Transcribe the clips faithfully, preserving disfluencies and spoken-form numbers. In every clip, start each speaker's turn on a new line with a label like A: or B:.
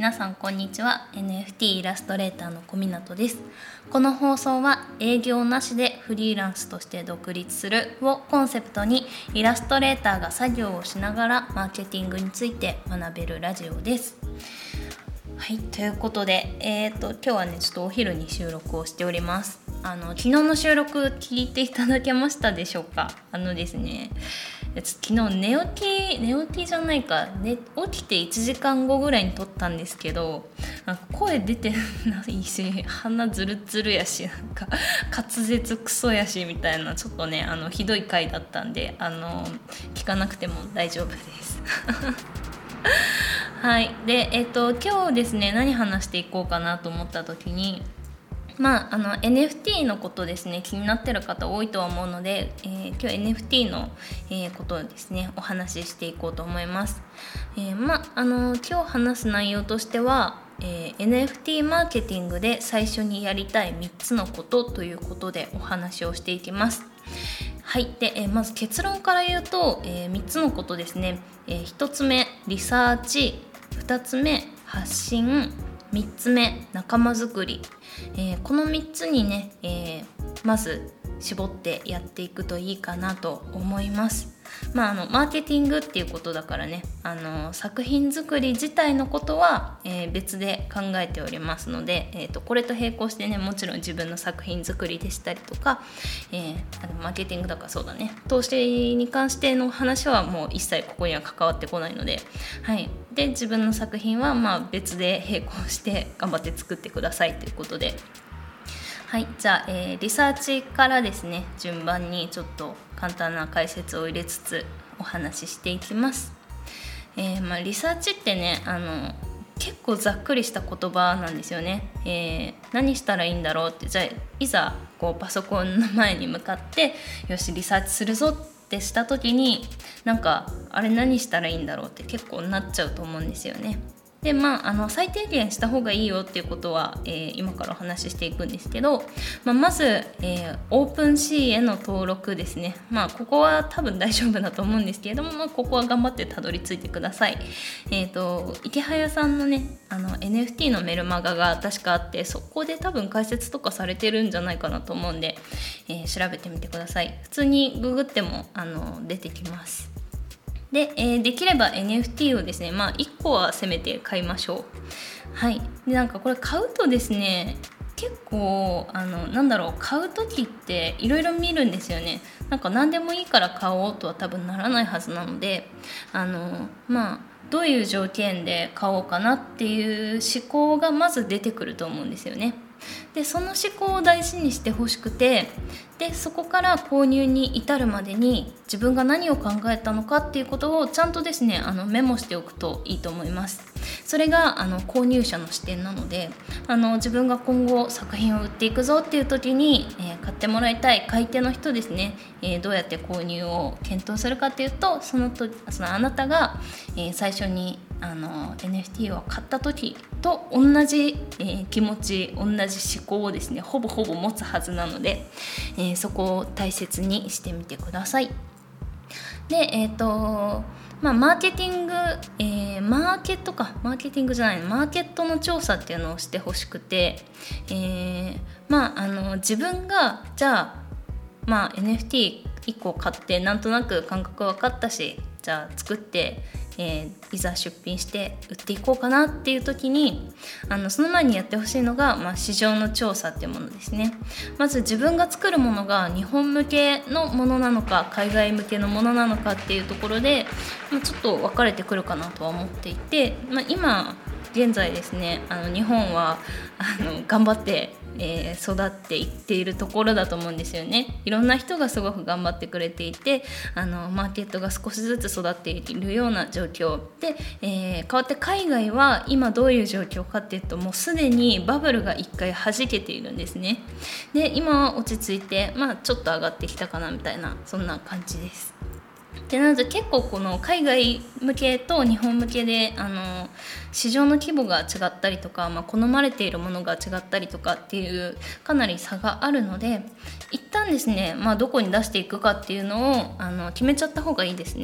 A: 皆さんこんにちは。 エヌエフティー イラストレーターの小湊です。この放送は営業なしでフリーランスとして独立するをコンセプトに、イラストレーターが作業をしながらマーケティングについて学べるラジオです。はい、ということで、えーと、今日はねちょっとお昼に収録をしております。あの昨日の収録聞いていただけましたでしょうか。あのですね昨日寝起き寝起きじゃないか、ね、起きていちじかんごぐらいに撮ったんですけど、なんか声出てないし、鼻ズルズルやし、なんか滑舌クソやしみたいな、ちょっとねあのひどい回だったんで、あの聞かなくても大丈夫ですはいでえっ、と今日ですね何話していこうかなと思った時に、まあ、あの エヌエフティー のことですね気になってる方多いとは思うので、えー、今日 エヌエフティー の、えー、ことをですねお話ししていこうと思います。えーまあ、あの今日話す内容としては、えー、エヌエフティー マーケティングで最初にやりたいみっつのことということでお話をしていきます。はいで、えー、まず結論から言うと、えー、みっつのことですね。えー、ひとつめリサーチ、ふたつめ発信、みっつめ仲間づくり、えー、このみっつにね、えー、まず絞ってやっていくといいかなと思います。まあ、あのマーケティングっていうことだからね、あの作品作り自体のことは、えー、別で考えておりますので、えーと、これと並行してねもちろん自分の作品作りでしたりとか、えー、あのマーケティングだからそうだね投資に関しての話はもう一切ここには関わってこないので、はい、で自分の作品はまあ別で並行して頑張って作ってくださいということで、はい、じゃあ、えー、リサーチからですね順番にちょっと簡単な解説を入れつつお話ししていきます。えーまあ、リサーチってねあの結構ざっくりした言葉なんですよね。えー、何したらいいんだろうって、じゃあいざこうパソコンの前に向かってよしリサーチするぞってした時に、なんかあれ何したらいいんだろうって結構なっちゃうと思うんですよね。でまあ、あの最低限した方がいいよっていうことは、えー、今からお話ししていくんですけど、まあ、まず、えー、オープンシーへの登録ですね。まあここは多分大丈夫だと思うんですけれども、まあ、ここは頑張ってたどり着いてください。えーと池早さんのねあの エヌエフティー のメルマガが確かあって、そこで多分解説とかされてるんじゃないかなと思うんで、えー、調べてみてください。普通にググってもあの出てきます。で、えー、できれば エヌエフティー をですね、まあ、いっこはせめて買いましょう。はい。で、なんかこれ買うとですね、結構あのなんだろう買う時っていろいろ見るんですよね。なんか何でもいいから買おうとは多分ならないはずなので、あのまあどういう条件で買おうかなっていう思考がまず出てくると思うんですよね。でその思考を大事にしてほしくて、でそこから購入に至るまでに自分が何を考えたのかっていうことをちゃんとですねあのメモしておくといいと思います。それがあの購入者の視点なので、あの自分が今後作品を売っていくぞっていう時に、えー、買ってもらいたい買い手の人ですね、えー、どうやって購入を検討するかっていうと、そのとそのあなたが、えー、最初にあの エヌエフティー を買った時と同じ、えー、気持ち同じ思考をですねほぼほぼ持つはずなので、えー、そこを大切にしてみてください。でえっ、ー、とまあマーケティング、えー、マーケットかマーケティングじゃないマーケットの調査っていうのをしてほしくて、えー、まああの自分がじゃあまあ エヌエフティーいっこ買ってなんとなく感覚分かったし、じゃあ作って、えー、いざ出品して売っていこうかなっていう時に、あのその前にやってほしいのが、まあ、市場の調査っていうものですね。まず自分が作るものが日本向けのものなのか海外向けのものなのかっていうところで、まあ、ちょっと分かれてくるかなとは思っていて、まあ、今現在ですねあの日本はあの頑張ってえー、育っていっているところだと思うんですよね。いろんな人がすごく頑張ってくれていて、あのマーケットが少しずつ育っているような状況で、えー、変わって海外は今どういう状況かっていうと、もうすでにバブルが一回弾けているんですね。で今は落ち着いて、まあ、ちょっと上がってきたかなみたいなそんな感じです。でなので結構この海外向けと日本向けであの市場の規模が違ったりとか、まあ、好まれているものが違ったりとかっていうかなり差があるので、一旦ですね、まあ、どこに出していくかっていうのをあの決めちゃった方がいいですね。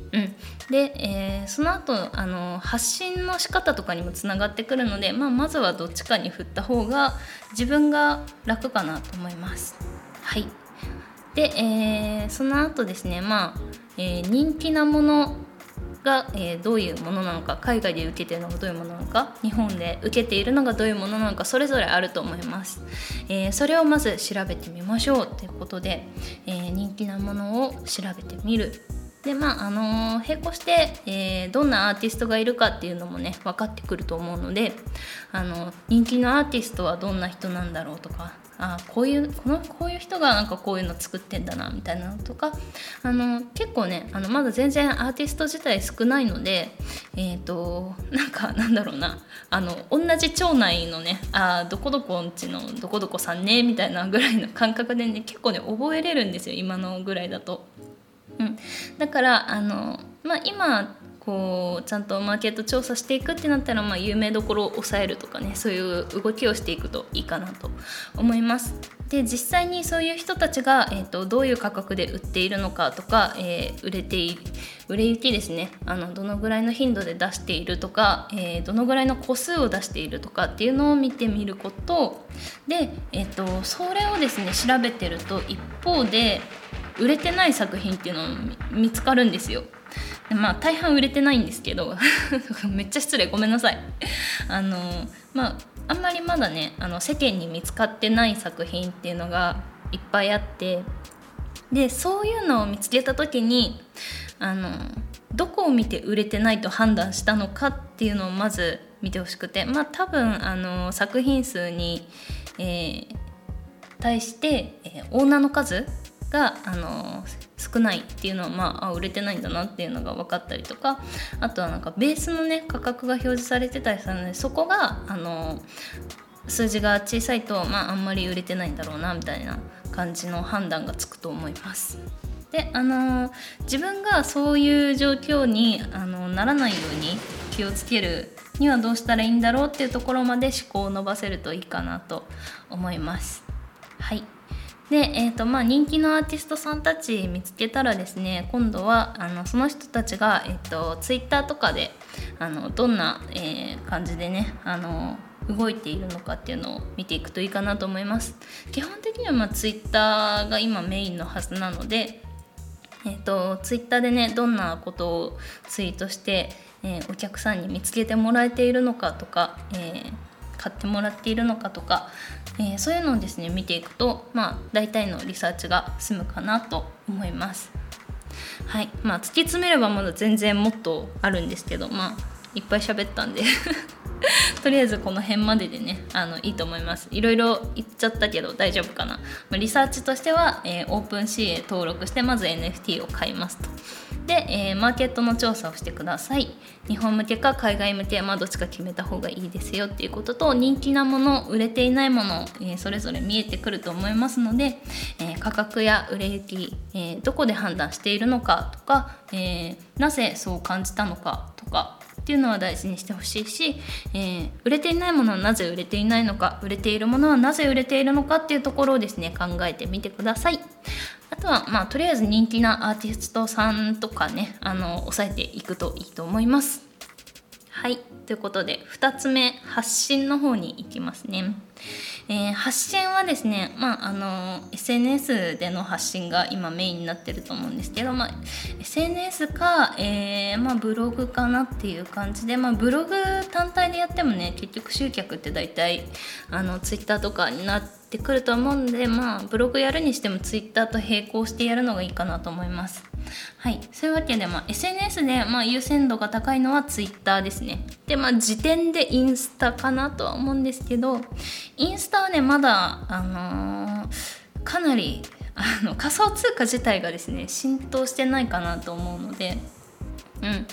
A: うん、で、えーその後あの発信の仕方とかにもつながってくるので、まあ、まずはどっちかに振った方が自分が楽かなと思います。はい。で、えーその後ですね、まあえー人気なものが、えーどういうものなのか、海外で受けているのがどういうものなのか、日本で受けているのがどういうものなのか、それぞれあると思います。えーそれをまず調べてみましょうということで、えー人気なものを調べてみる。でまああのー並行して、えーどんなアーティストがいるかっていうのもね分かってくると思うので、あの人気のアーティストはどんな人なんだろうとか、あこういうこのこういう人がなんかこういうの作ってんだなみたいなのとか、あの結構ねあのまだ全然アーティスト自体少ないので、えっとなんかなんだろうな、あの同じ町内のね、あどこどこんちのどこどこさんねみたいなぐらいの感覚でね結構ね覚えれるんですよ、今のぐらいだと。うん、だからあの、まあ、今こうちゃんとマーケット調査していくってなったら、まあ、有名どころを抑えるとかね、そういう動きをしていくといいかなと思います。で実際にそういう人たちが、えーと、どういう価格で売っているのかとか、えー、売れてい売れ行きですね、あのどのぐらいの頻度で出しているとか、えー、どのぐらいの個数を出しているとかっていうのを見てみることで、えーと、それをですね調べてると一方で売れてない作品っていうのも見つかるんですよ。でまあ大半売れてないんですけどめっちゃ失礼、ごめんなさい。あのまああんまりまだねあの世間に見つかってない作品っていうのがいっぱいあって、でそういうのを見つけた時にあのどこを見て売れてないと判断したのかっていうのをまず見てほしくて、まあ多分あの作品数に、えー、対して、えー、オーナーの数があの少ないっていうのは、まあ、あ売れてないんだなっていうのが分かったりとか、あとはなんかベースのね価格が表示されてたりするので、そこがあの数字が小さいと、まあ、あんまり売れてないんだろうなみたいな感じの判断がつくと思います。であの自分がそういう状況にあのならないように気をつけるにはどうしたらいいんだろうっていうところまで思考を伸ばせるといいかなと思います。はい。でえーとまあ、人気のアーティストさんたち見つけたらですね、今度はあのその人たちが、えーと、ツイッターとかであのどんな、えー、感じでねあの動いているのかっていうのを見ていくといいかなと思います。基本的には、まあ、ツイッターが今メインのはずなので、えーと、ツイッターでねどんなことをツイートして、えー、お客さんに見つけてもらえているのかとか、えー買ってもらっているのかとか、えー、そういうのをですね見ていくと、まあ、大体のリサーチが済むかなと思います。はい、まあ突き詰めればまだ全然もっとあるんですけど、まあいっぱい喋ったんでとりあえずこの辺まででねあのいいと思います。いろいろ言っちゃったけど大丈夫かな。まあ、リサーチとしては、えー、オープンシーへ登録してまず エヌエフティー を買いますと。で、えー、マーケットの調査をしてください。日本向けか海外向け、まあ、どっちか決めた方がいいですよっていうことと、人気なもの売れていないもの、えー、それぞれ見えてくると思いますので、えー、価格や売れ行き、えー、どこで判断しているのかとか、えー、なぜそう感じたのかとかっていうのは大事にしてほしいし、えー、売れていないものはなぜ売れていないのか、売れているものはなぜ売れているのかっていうところをですね考えてみてください。あとはまあとりあえず人気なアーティストさんとかねあの抑えていくといいと思います。はい、ということでふたつめ、発信の方に行きますね。えー、発信はですね、まあ、あの エスエヌエス での発信が今メインになってると思うんですけど、まあ、エスエヌエス か、えーまあ、ブログかなっていう感じで、まあ、ブログ単体でやってもね結局集客って大体あの Twitter とかになってくると思うので、まあ、ブログやるにしても Twitter と並行してやるのがいいかなと思います。はい、そういうわけで、まあ、エスエヌエス で、まあ、優先度が高いのは Twitter ですね。で、まあ、時点でインスタかなとは思うんですけど、インスタはねまだ、あのー、かなりあの仮想通貨自体がですね浸透してないかなと思うので、うん、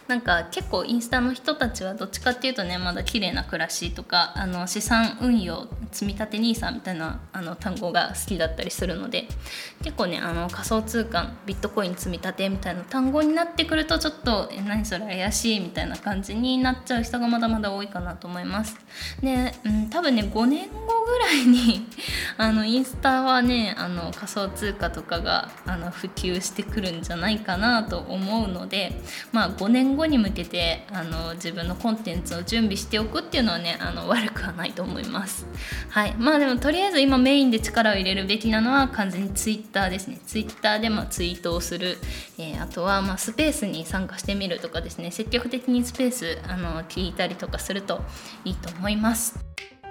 A: なんか結構インスタの人たちはどっちかっていうとね、まだ綺麗な暮らしとかあの資産運用積立 ニーサ みたいなあの単語が好きだったりするので、結構ねあの仮想通貨ビットコイン積み立てみたいな単語になってくるとちょっとえ何それ怪しいみたいな感じになっちゃう人がまだまだ多いかなと思います。で、うん、多分ねごねんごぐらいにあのインスタはねあの仮想通貨とかがあの普及してくるんじゃないかなと思うので、まあごねんごに向けてあの自分のコンテンツを準備しておくっていうのはねあの悪くはないと思います。はい、まあでもとりあえず今メインで力を入れるべきなのは完全にツイッターですね。ツイッターでまあツイートをする、えー、あとはまあスペースに参加してみるとかですね、積極的にスペースあの聞いたりとかするといいと思います。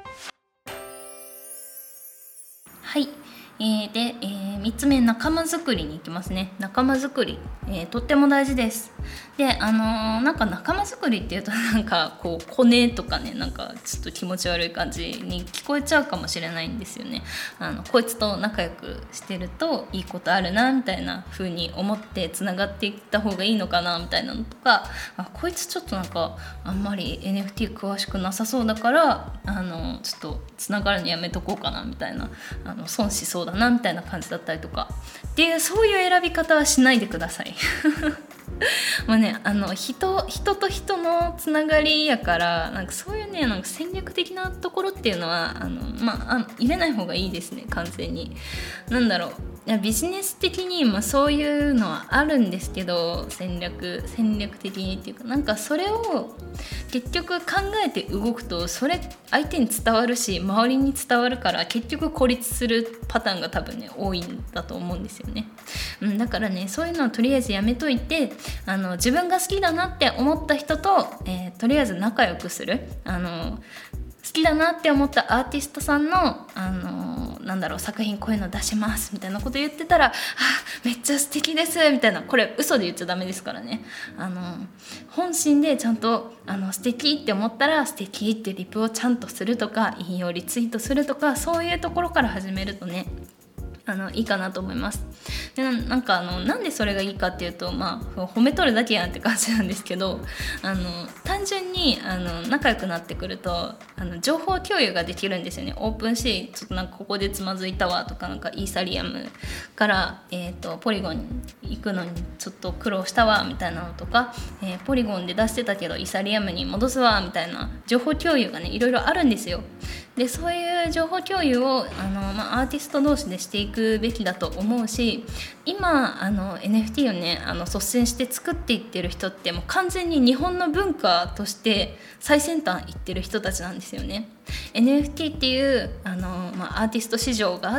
A: はい、えー、で、えー、みっつめ、仲間づくりに行きますね。仲間づくり、えー、とっても大事です。で、あのー、なんか仲間づくりっていうとなんかこうコネとかね、なんかちょっと気持ち悪い感じに聞こえちゃうかもしれないんですよね。あのこいつと仲良くしてるといいことあるなみたいな風に思ってつながっていった方がいいのかなみたいなのとか、あこいつちょっとなんかあんまり エヌエフティー 詳しくなさそうだからあのちょっとつながるのやめとこうかなみたいな、あの損しそうだなみたいな感じだったりとかっていう、そういう選び方はしないでくださいまあね、あの 人, 人と人のつながりやから、なんかそういうねなんか戦略的なところっていうのはあの、まあ、あ入れない方がいいですね。完全になんだろう、いやビジネス的に、まあ、そういうのはあるんですけど、戦略戦略的にっていうか、なんかそれを結局考えて動くとそれ相手に伝わるし周りに伝わるから、結局孤立するパターンが多分ね多いんだと思うんですよね、うん、だからねそういうのはとりあえずやめといて、あの自分が好きだなって思った人と、えー、とりあえず仲良くする。あの好きだなって思ったアーティストさんの、あのー、なんだろう作品こういうの出しますみたいなこと言ってたら、あめっちゃ素敵ですみたいな、これ嘘で言っちゃダメですからね。あのー、本心でちゃんとあの素敵って思ったら素敵ってリプをちゃんとするとか、引用リツイートするとか、そういうところから始めるとねあのいいかなと思います。で な, なんかあのなんでそれがいいかっていうと、まあ褒めとるだけやんって感じなんですけど、あの単純にあの仲良くなってくるとあの情報共有ができるんですよね。オープンシーちょっとなんかここでつまずいたわとか、なんかイーサリアムから、えー、とポリゴンに行くのにちょっと苦労したわみたいなのとか、えー、ポリゴンで出してたけどイーサリアムに戻すわみたいな情報共有がねいろいろあるんですよ。でそういう情報共有をあの、まあ、アーティスト同士でしていくべきだと思うし、今あの エヌエフティー をねあの率先して作っていってる人ってもう完全に日本の文化として最先端いってる人たちなんですよね。 エヌエフティー っていうあの、まあ、アーティスト市場があって、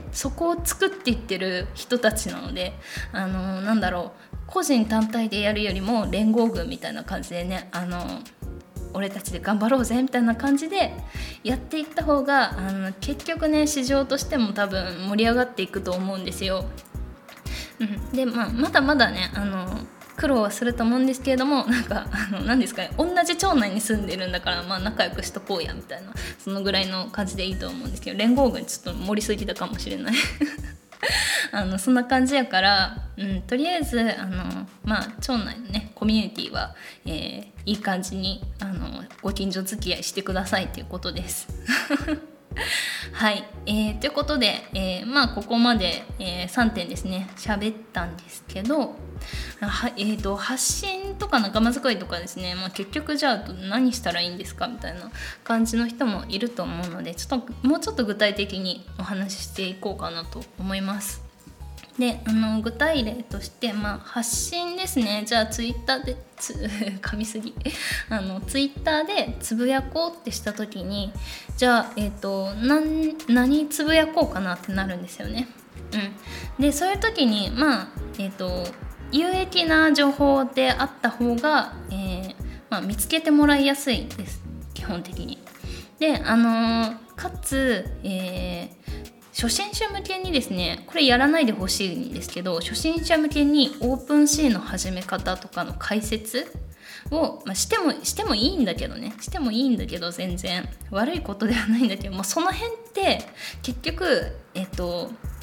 A: そこを作っていってる人たちなので、あのなんだろう個人単体でやるよりも連合軍みたいな感じでね、あの俺たちで頑張ろうぜみたいな感じでやっていった方があの結局ね市場としても多分盛り上がっていくと思うんですよ、うん、で、まあ、まだまだねあの苦労はすると思うんですけれども、なんかあの何ですかね、同じ町内に住んでるんだから、まあ、仲良くしとこうやみたいな、そのぐらいの感じでいいと思うんですけど、連合軍ちょっと盛りすぎたかもしれないあのそんな感じやから、うん、とりあえずあの、まあ、町内のねコミュニティは、えー、いい感じにあのご近所付き合いしてくださいということですはい、えー、ということで、えー、まあここまで、えー、さんてんですね喋ったんですけど、は、えーと、発信とか仲間づくりとかですね、まあ、結局じゃあ何したらいいんですかみたいな感じの人もいると思うので、ちょっともうちょっと具体的にお話ししていこうかなと思います。であの具体例として、まあ、発信ですね。じゃあツイッターでつ噛みすぎあのツイッターでつぶやこうってした時に、じゃあ、えーと、何, 何つぶやこうかなってなるんですよね、うん、でそういう時にまあえっ、ー、と有益な情報であった方が、えーまあ、見つけてもらいやすいです基本的に。であのー、かつ、えー初心者向けにですね、これやらないでほしいんですけど、初心者向けにオープンシーの始め方とかの解説を、まあ、してもしてもいいんだけどねしてもいいんだけど全然悪いことではないんだけど、もうその辺って結局えっと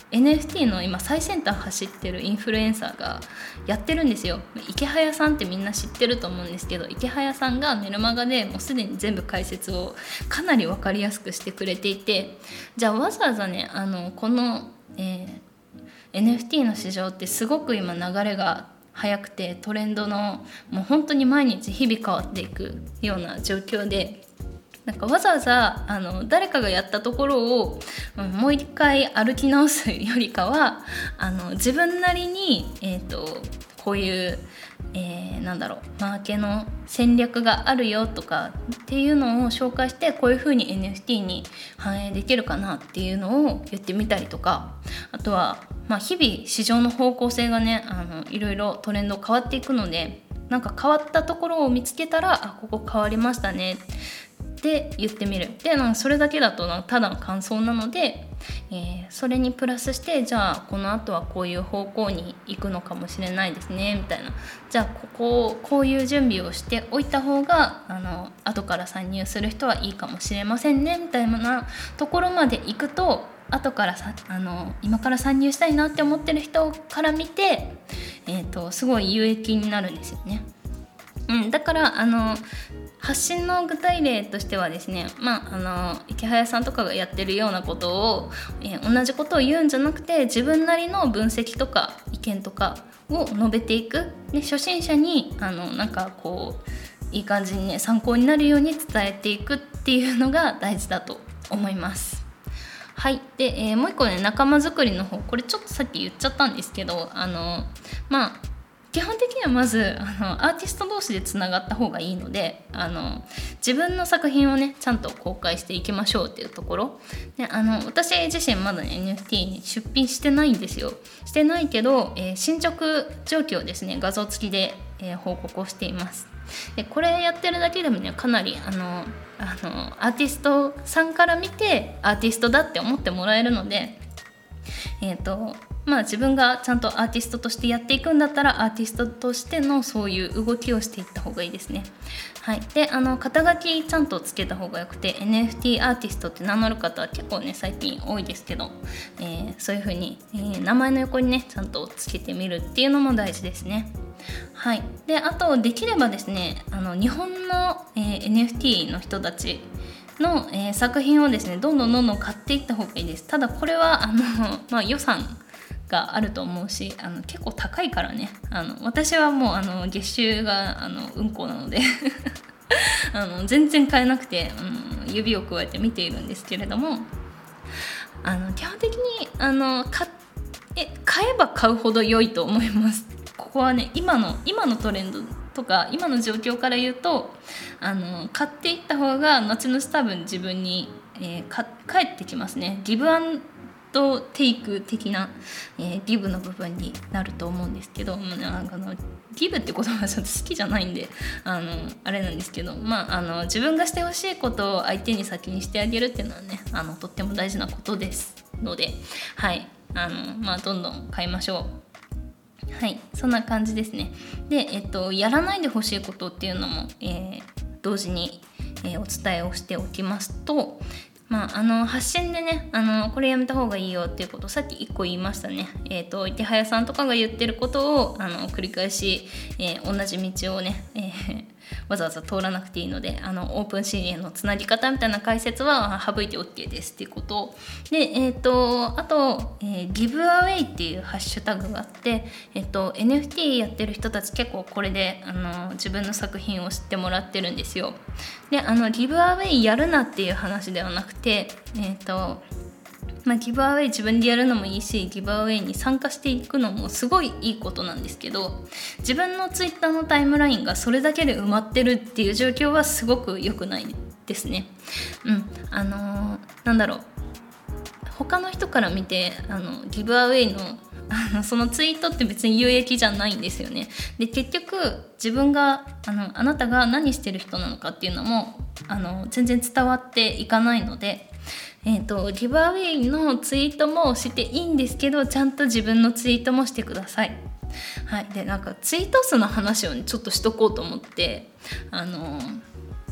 A: エヌエフティー の今最先端走ってるインフルエンサーがやってるんですよ。池早さんってみんな知ってると思うんですけど、池早さんがメルマガでもうすでに全部解説をかなり分かりやすくしてくれていて、じゃあわざわざねあのこの、えー、エヌエフティー の市場ってすごく今流れが早くて、トレンドのもう本当に毎日日々変わっていくような状況で、なんかわざわざあの誰かがやったところを、うん、もう一回歩き直すよりかはあの自分なりに、えーと、こういう、えー、なんだろうマーケの戦略があるよとかっていうのを紹介して、こういう風に エヌエフティー に反映できるかなっていうのを言ってみたりとか、あとは、まあ、日々市場の方向性がねあのいろいろトレンド変わっていくので、なんか変わったところを見つけたら、あここ変わりましたねって言ってみる。でなんかそれだけだとただの感想なので、えー、それにプラスして、じゃあこの後はこういう方向に行くのかもしれないですねみたいな、じゃあこここういう準備をしておいた方があの後から参入する人はいいかもしれませんねみたいなところまで行くと、後からさあの今から参入したいなって思ってる人から見て、えーと、すごい有益になるんですよね。うん、だからあの発信の具体例としてはですね、まあ、あの池早さんとかがやってるようなことを、えー、同じことを言うんじゃなくて、自分なりの分析とか意見とかを述べていく。で初心者にあのなんかこういい感じにね参考になるように伝えていくっていうのが大事だと思います。はい。で、えー、もう一個ね仲間作りの方、これちょっとさっき言っちゃったんですけど、あのまあ基本的にはまずあのアーティスト同士でつながった方がいいので、あの自分の作品をねちゃんと公開していきましょうっていうところで、あの私自身まだね エヌエフティー に出品してないんですよ。してないけど、えー、進捗状況をですね画像付きで、えー、報告をしています。でこれやってるだけでもねかなりあのあのアーティストさんから見てアーティストだって思ってもらえるので、えっとまあ、自分がちゃんとアーティストとしてやっていくんだったらアーティストとしてのそういう動きをしていった方がいいですね。はい、であの肩書きちゃんとつけた方がよくて エヌエフティー アーティストって名乗る方は結構ね最近多いですけど、えー、そういう風に、えー、名前の横にねちゃんとつけてみるっていうのも大事ですね。はい、であとできればですねあの日本の、えー、エヌエフティー の人たちの、えー、作品をですねどんどんどんどん買っていった方がいいです。ただこれはあの、まあ、予算があると思うし、あの結構高いからね、あの私はもうあの月収があのうんこなのであの全然買えなくて、うん、指を加えて見ているんですけれども、あの基本的にあの買え買えば買うほど良いと思います。ここはね今の今のトレンドとか今の状況から言うと、あの買っていった方が後々多分自分に、えー、か返ってきますね。ギブアンドテイク的な、えー、ギブの部分になると思うんですけど、まあ、なんかあのギブって言葉はちょっと好きじゃないんであのあれなんですけど、まあ、あの自分がしてほしいことを相手に先にしてあげるっていうのはねあのとっても大事なことですので、はいあの、まあ、どんどん買いましょう。はい、そんな感じですね。で、えっと、やらないでほしいことっていうのも、えー、同時に、えー、お伝えをしておきますと、まあ、あの発信でねあのこれやめた方がいいよっていうことをさっきいっこ言いましたね。えーと、池早さんとかが言ってることをあの繰り返し、えー、同じ道をね、えー、わざわざ通らなくていいので、あのオープンシーンへのつなぎ方みたいな解説は省いて OK ですっていうことで、えーと、あと、えー、ギブアウェイっていうハッシュタグがあって、えーと、エヌエフティー やってる人たち結構これであの自分の作品を知ってもらってるんですよ。であのギブアウェイやるなっていう話ではなくて、えーとまあ、ギブアウェイ自分でやるのもいいし、ギブアウェイに参加していくのもすごいいいことなんですけど、自分のツイッターのタイムラインがそれだけで埋まってるっていう状況はすごく良くないですね。うんあのー、なんだろう他の人から見てあのギブアウェイのあのそのツイートって別に有益じゃないんですよね。で結局自分があのあなたが何してる人なのかっていうのもあの全然伝わっていかないので、えーと、ギブアウェイのツイートもしていいんですけど、ちゃんと自分のツイートもしてください。はい、でなんかツイート数の話を、ね、ちょっとしとこうと思って、あの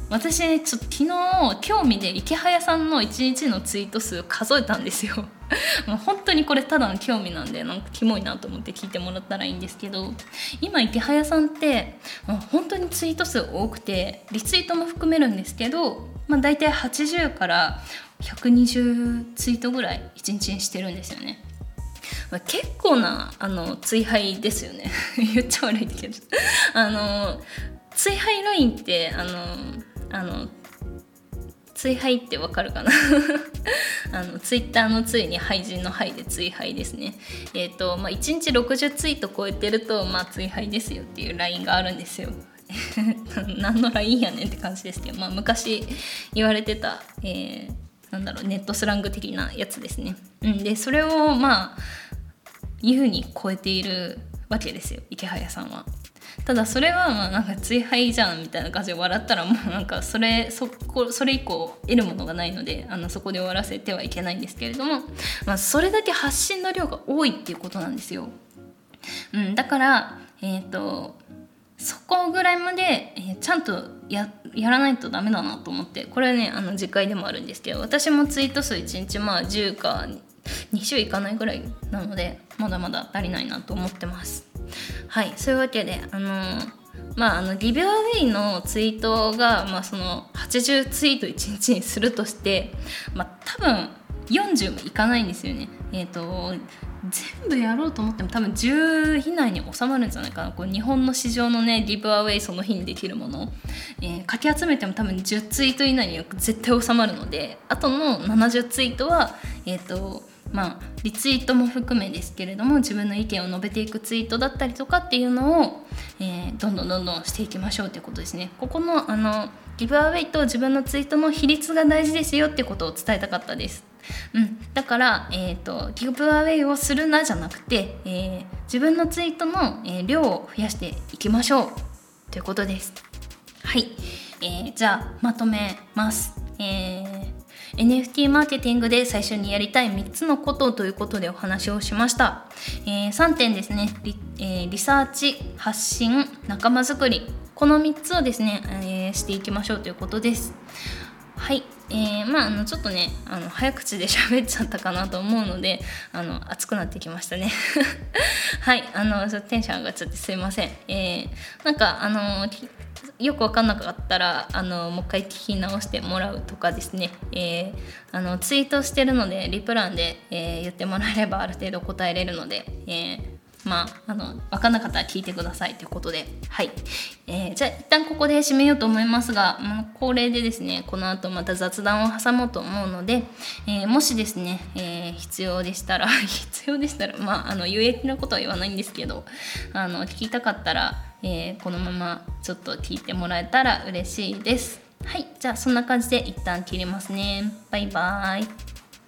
A: 私ねちょっと昨日興味で池早さんのいちにちのツイート数数えたんですよもう本当にこれただの興味なんでなんかキモいなと思って聞いてもらったらいいんですけど、今池早さんってもう本当にツイート数多くてリツイートも含めるんですけど、まあ、大体はちじゅうからひゃくにじゅうツイートぐらいいちにちにしてるんですよね。結構なあの追廃ですよね言っちゃ悪いけどあの追廃ラインってあのあの追廃ってわかるかなあのツイッターのついに廃人の廃で追廃ですね。えっとまあいちにちろくじゅうツイート超えてるとまあ追廃ですよっていうラインがあるんですよ何のラインやねんって感じですけど、まあ、昔言われてた、えー、なんだろうネットスラング的なやつですね、うん、でそれをまあ優に超えているわけですよ池早さんは。ただそれはまあなんか追廃じゃんみたいな感じで笑ったらもうなんかそれそこそれ以降得るものがないのであのそこで終わらせてはいけないんですけれども、まあ、それだけ発信の量が多いっていうことなんですよ、うん、だからえっとそこぐらいまで、えー、ちゃんと や, やらないとダメだなと思って、これはねあの次回でもあるんですけど、私もツイート数いちにちまあじゅうかにじゅういかないぐらいなのでまだまだ足りないなと思ってます。はい、そういうわけであのー、まああのギブアウェイのツイートが、まあ、そのはちじゅうツイートいちにちにするとして、まあ、多分よんじゅうもいかないんですよね。えっと全部やろうと思っても多分じゅう以内に収まるんじゃないかな。こう日本の市場のねギブアウェイその日にできるもの、えー、かき集めても多分じゅうツイート以内には絶対収まるので、あとのななじゅうツイートはえっとまあリツイートも含めですけれども自分の意見を述べていくツイートだったりとかっていうのを、えー、どんどんどんどんしていきましょうということですね。ここのあのギブアウェイと自分のツイートの比率が大事ですよっていうことを伝えたかったです。うん、だから、えーと、ギブアウェイをするなじゃなくて、えー、自分のツイートの、えー、量を増やしていきましょうということです。はい、えー、じゃあまとめます。えー、エヌエフティー マーケティングで最初にやりたいみっつのことということでお話をしました。えー、さんてんですね。 リ,、えー、リサーチ、発信、仲間づくり、このみっつをですね、えー、していきましょうということです。はい、えー、まああのちょっとねあの早口で喋っちゃったかなと思うのであの熱くなってきましたねはいあのちょっとテンション上がっちゃってすいません。えー、なんかあのよく分かんなかったらあのもう一回聞き直してもらうとかですね、えー、あのツイートしてるのでリプランで、えー、言ってもらえればある程度答えれるので、えーまあ、あの分かんなかったら聞いてくださいということで、はい、えー、じゃあ一旦ここで締めようと思いますが、まあ、恒例でですねこの後また雑談を挟もうと思うので、えー、もしですね、えー、必要でしたら必要でしたらまああの有益なことは言わないんですけどあの聞きたかったら、えー、このままちょっと聞いてもらえたら嬉しいです。はい、じゃあそんな感じで一旦切りますね。バイバイ。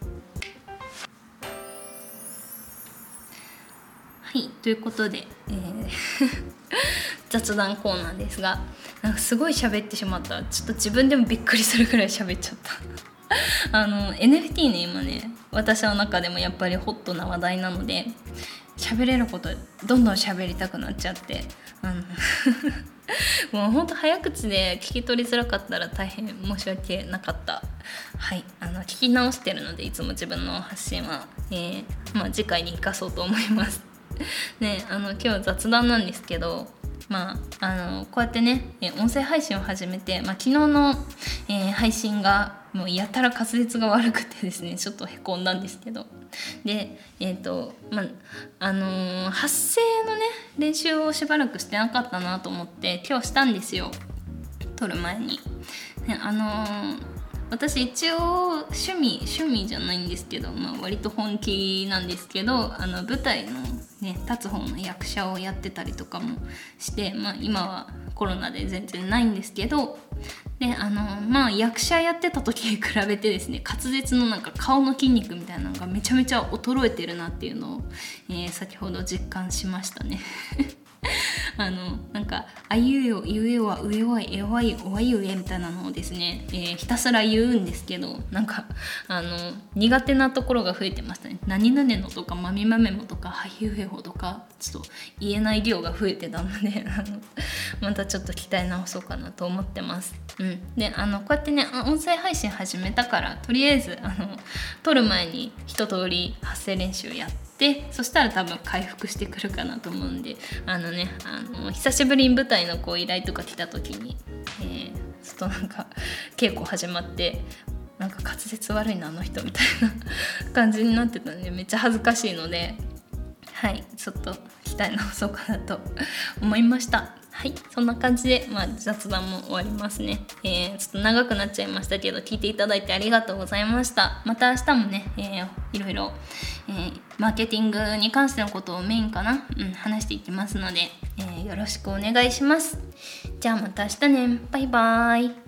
A: はい、ということで、えー、雑談コーナーですが、なんかすごい喋ってしまった。ちょっと自分でもびっくりするくらい喋っちゃったあの エヌエフティー ね今ね私の中でもやっぱりホットな話題なので喋れることどんどん喋りたくなっちゃってあのもうほんと早口で聞き取りづらかったら大変申し訳なかった。はい、あの聞き直してるのでいつも自分の発信は、えーまあ、次回に生かそうと思いますね、あの今日雑談なんですけど、まあ、あのこうやってね音声配信を始めて、まあ、昨日の、えー、配信がもうやたら滑舌が悪くてですねちょっとへこんだんですけどで、えーとまああのー、発声のね練習をしばらくしてなかったなと思って今日したんですよ撮る前に、ね、あのー私一応趣味趣味じゃないんですけど、まあ、割と本気なんですけどあの舞台のね立つ方の役者をやってたりとかもして、まあ、今はコロナで全然ないんですけどであの、まあ、役者やってた時に比べてですね滑舌のなんか顔の筋肉みたいなのがめちゃめちゃ衰えてるなっていうのを、えー、先ほど実感しましたねあのなんかあいうえおいうえおはうえおいえおいおわいうえみたいなのをですね、えー、ひたすら言うんですけど、なんかあの苦手なところが増えてましたね。何々のとかまみまめもとかはいうえおとかちょっと言えない量が増えてたのであのまたちょっと鍛え直そうかなと思ってます。うん、であのこうやってね音声配信始めたからとりあえずあの撮る前に一通り発声練習やってでそしたら多分回復してくるかなと思うんで、あのねあの久しぶりに舞台のこう依頼とか来た時に、えー、ちょっとなんか稽古始まってなんか滑舌悪いなあの人みたいな感じになってたんでめっちゃ恥ずかしいので、はいちょっと鍛え直そうかなと思いました。はい、そんな感じで、まあ、雑談も終わりますね、えー、ちょっと長くなっちゃいましたけど聞いていただいてありがとうございました。また明日もね、えー、いろいろ、えー、マーケティングに関してのことをメインかな、うん、話していきますので、えー、よろしくお願いします。じゃあまた明日ね。バイバーイ。